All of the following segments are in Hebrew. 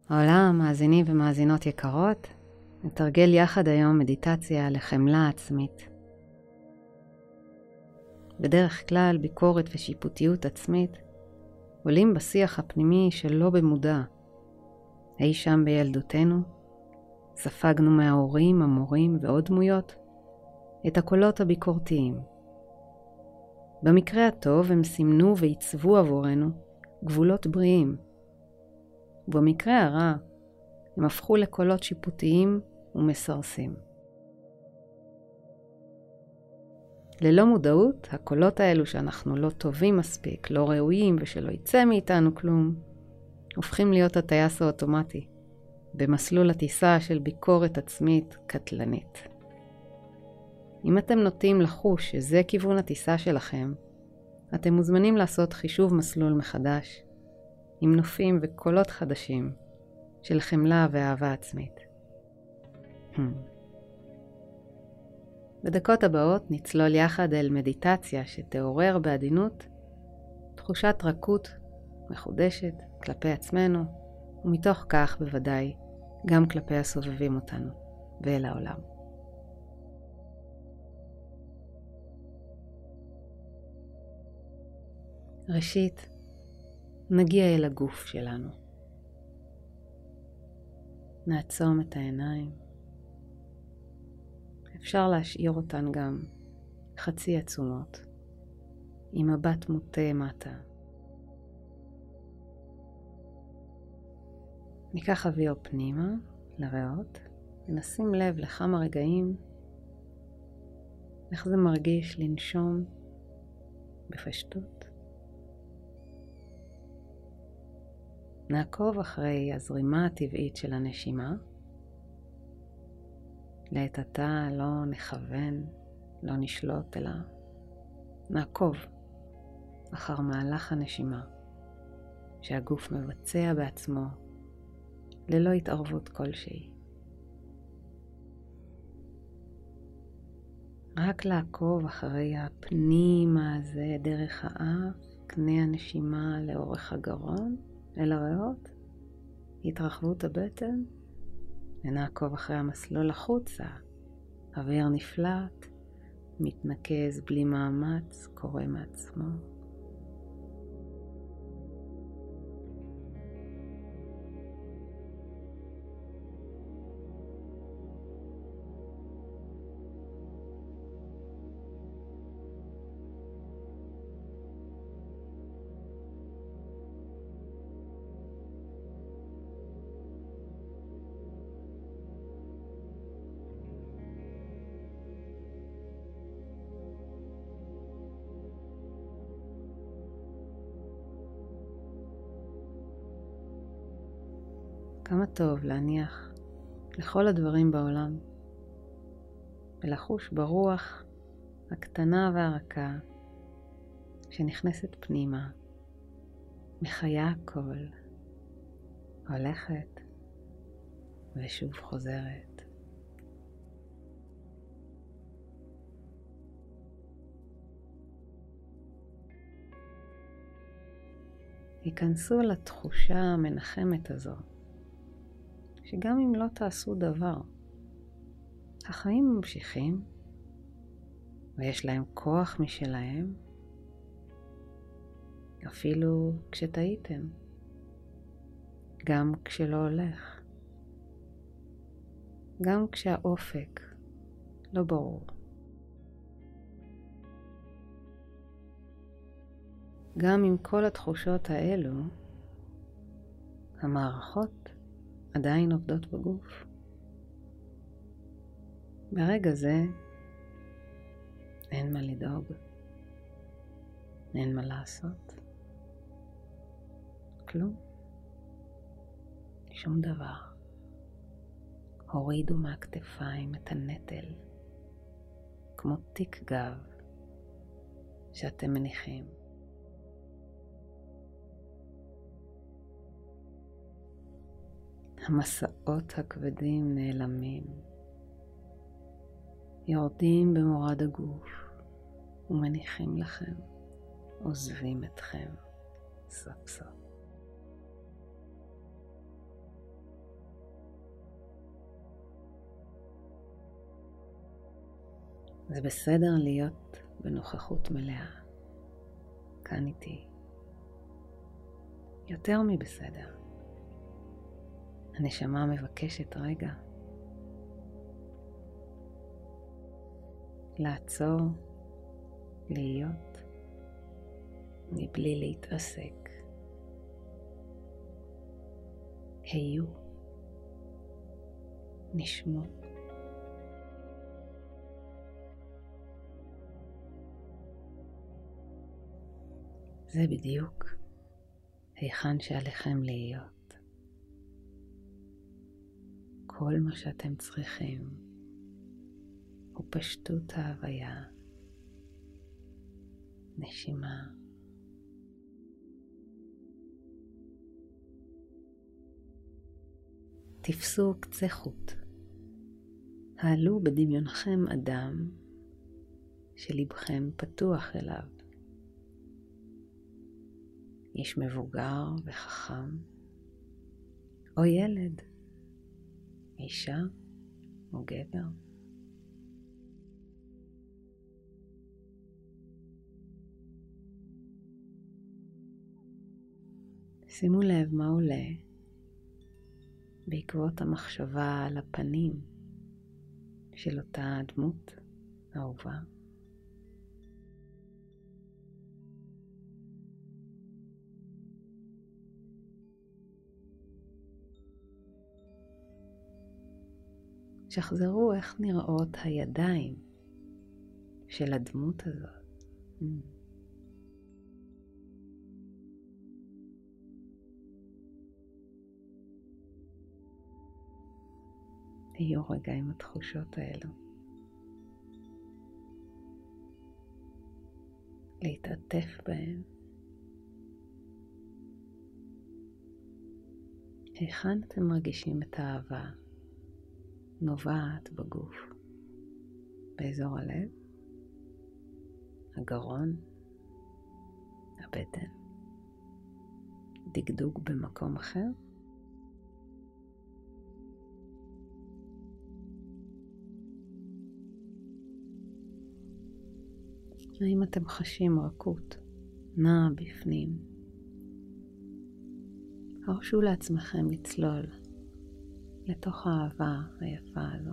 העולם, מאזינים ומאזינות יקרות, נתרגל יחד היום מדיטציה לחמלה עצמית. בדרך כלל ביקורת ושיפוטיות עצמית עולים בשיח הפנימי שלא במודע. אי שם בילדותנו ספגנו מההורים, המורים ועוד דמויות את הקולות הביקורתיים. במקרה הטוב הם סימנו ועיצבו עבורנו גבולות בריאים. ובמקרה הרע הם הפכו לקולות שיפוטיים ומסרסים. ללא מודעות, הקולות האלו שאנחנו לא טובים מספיק, לא ראויים ושלא יצא מאיתנו כלום, הופכים להיות הטייס האוטומטי, במסלול הטיסה של ביקורת עצמית קטלנית. אם אתם נוטים לחוש שזה כיוון הטיסה שלכם, אתם מוזמנים לעשות חישוב מסלול מחדש, עם נופים וקולות חדשים של חמלה ואהבה עצמית. בדקות הבאות נצלול יחד אל מדיטציה שתעורר בעדינות תחושת רכות מחודשת כלפי עצמנו, ומתוך כך בוודאי גם כלפי הסובבים אותנו ואל העולם. ראשית, נגיע אל הגוף שלנו. נעצום את העיניים. אפשר להשאיר אותן גם חצי עצומות, עם מבט מוטה מטה. ניקח אוויר פנימה לריאות, ונשים לב לכמה רגעים איך זה מרגיש לנשום בפשטות. נעקוב אחרי הזרימה הטבעית של הנשימה. לעת עתה לא נכוון, לא נשלוט, אלא נעקוב אחר מהלך הנשימה שהגוף מבצע בעצמו ללא התערבות כלשהי. רק לעקוב אחרי הפנימה הזה דרך האף, קנה הנשימה לאורך הגרון אל הריאות, התרחבות הבטן, ונעקוב אחרי המסלול החוצה. אוויר נפלט, מתנקז בלי מאמץ, קורה מעצמו. כמה טוב להניח לכל הדברים בעולם ולחוש ברוח הקטנה והרכה שנכנסת פנימה, מחיה הכל, הולכת ושוב חוזרת. היכנסו לתחושה המנחמת הזו, שגם אם לא תעשו דבר, החיים ממשיכים, ויש להם כוח משלהם, אפילו כשטעיתם, גם כשלא הולך, גם כשהאופק לא ברור. גם עם כל התחושות האלו, המערכות עדיין עובדות בגוף. ברגע זה אין מה לדאוג, אין מה לעשות, כלום, שום דבר. הורידו מהכתפיים את הנטל, כמו תיק גב שאתם מניחים. המסעות הכבדים נעלמים, יורדים במורד הגוף ומניחים לכם, עוזבים אתכם סוף סוף. זה בסדר להיות בנוכחות מלאה, כאן איתי. יותר מבסדר. הנשמה מבקשת רגע לעצור, להיות, מבלי להתעסק. היו, נשמו. זה בדיוק היכן שעליכם להיות. כל מה שאתם צריכים הוא פשטות ההוויה, נשימה. תפסו קצה חוט. העלו בדמיונכם אדם שלבכם פתוח אליו. איש מבוגר וחכם, או ילד, אישה או גבר. שימו לב מה עולה בעקבות המחשבה על הפנים של אותה דמות אהובה. שחזרו איך נראות הידיים של הדמות הזאת. תהיו רגע עם התחושות האלו. להתעטף בהן. היכן אתם מרגישים את האהבה נובעת בגוף? באזור הלב, הגרון, הבטן, דגדוג במקום אחר? האם אתם חשים רכות נעה בפנים? הרשו לעצמכם לצלול לתוך האהבה היפה הזו.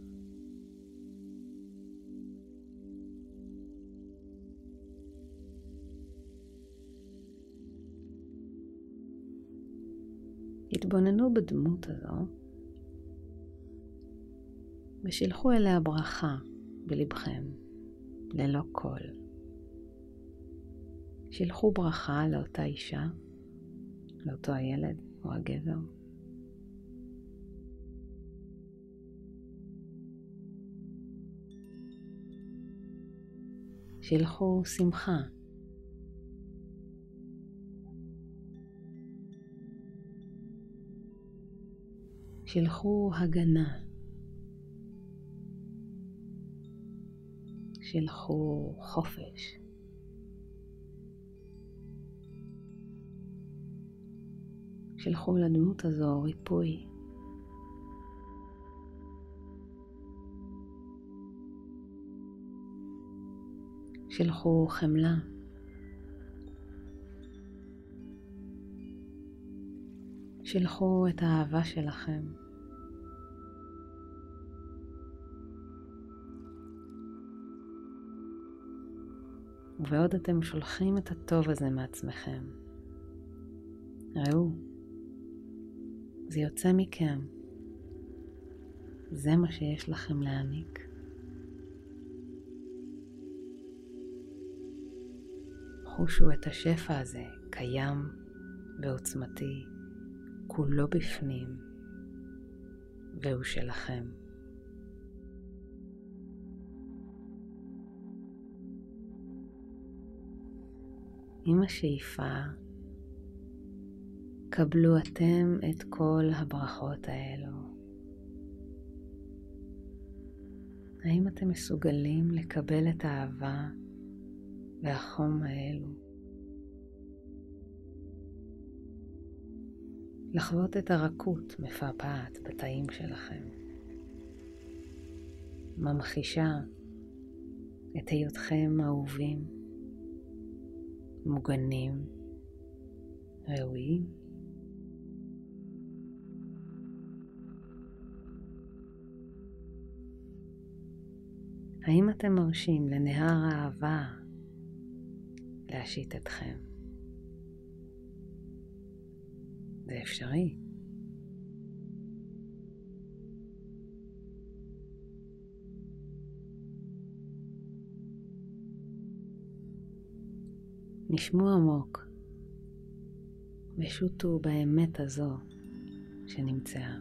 התבוננו בדמות הזו ושילחו אליה ברכה בלבכם, ללא קול. שילחו ברכה לאותה אישה, לאותו הילד או הגבר. שילחו שמחה. שילחו הגנה. שילחו חופש. שילחו לדמות הזו ריפוי. שילחו חמלה. שילחו את האהבה שלכם. ובעוד אתם שולחים את הטוב הזה מעצמכם, ראו, זה יוצא מכם. זה מה שיש לכם להעניק. חושו את השפע הזה, קיים ועוצמתי, כולו בפנים, והוא שלכם. עם השאיפה, קבלו אתם את כל הברכות האלו. האם אתם מסוגלים לקבל את האהבה והחום האלו? לחוות את הרכות מפעפעת בתאים שלכם, ממחישה את היותכם אהובים, מוגנים, ראויים. האם אתם מרשים לנהר האהבה להשית אתכם? זה אפשרי. נשמו עמוק ושוטו באמת הזו שנמצאה.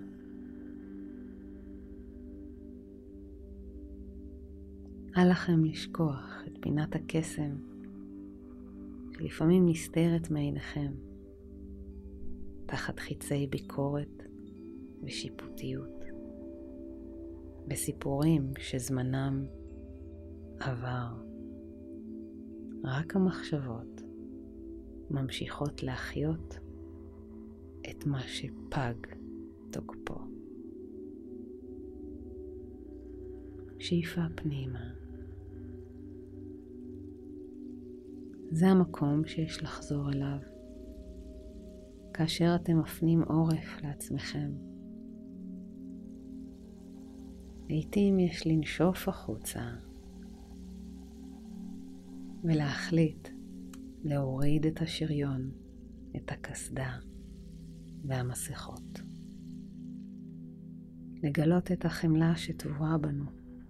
אל לכם לשכוח את פינת הקסם שלפעמים נסתרת מעיניכם תחת חיצי ביקורת ושיפוטיות, בסיפורים שזמנם עבר. רק המחשבות ממשיכות להחיות את מה שפג תוקפו. שאיפה פנימה. זה המקום שיש לחזור אליו כאשר אתם מפנים עורף לעצמכם. לעתים יש לנשוף החוצה ולהחליט להוריד את השריון, את הקסדה והמסכות. לגלות את החמלה שטבועה בנו.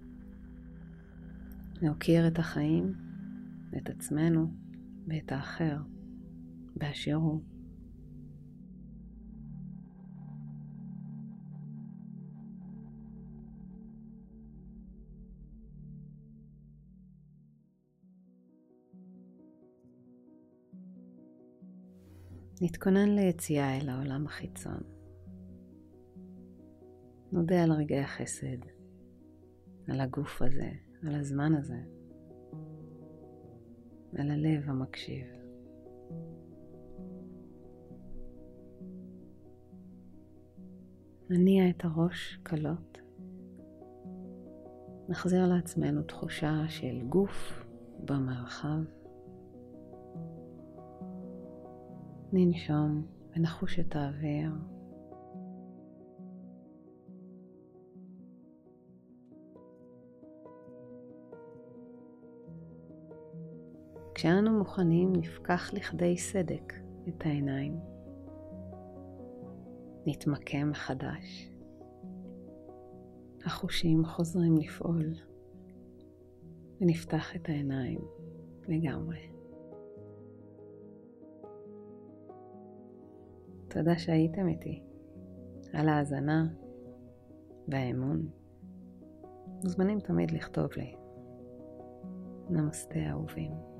להוקיר את החיים, את עצמנו ואת האחר באשר הוא. נתכונן ליציאה אל העולם החיצון. נודה על רגעי החסד, על הגוף הזה, על הזמן הזה, על הלב המקשיב. נניע את הראש קלות. נחזיר לעצמנו תחושה של גוף במרחב. ננשום ונחוש את האוויר. כשאנו מוכנים נפקח לכדי סדק את העיניים. נתמקם מחדש. החושים חוזרים לפעול. ונפתח את העיניים לגמרי. תודה שהייתם איתי. על ההאזנה והאמון. מוזמנים תמיד לכתוב לי. נמסטה אהובים.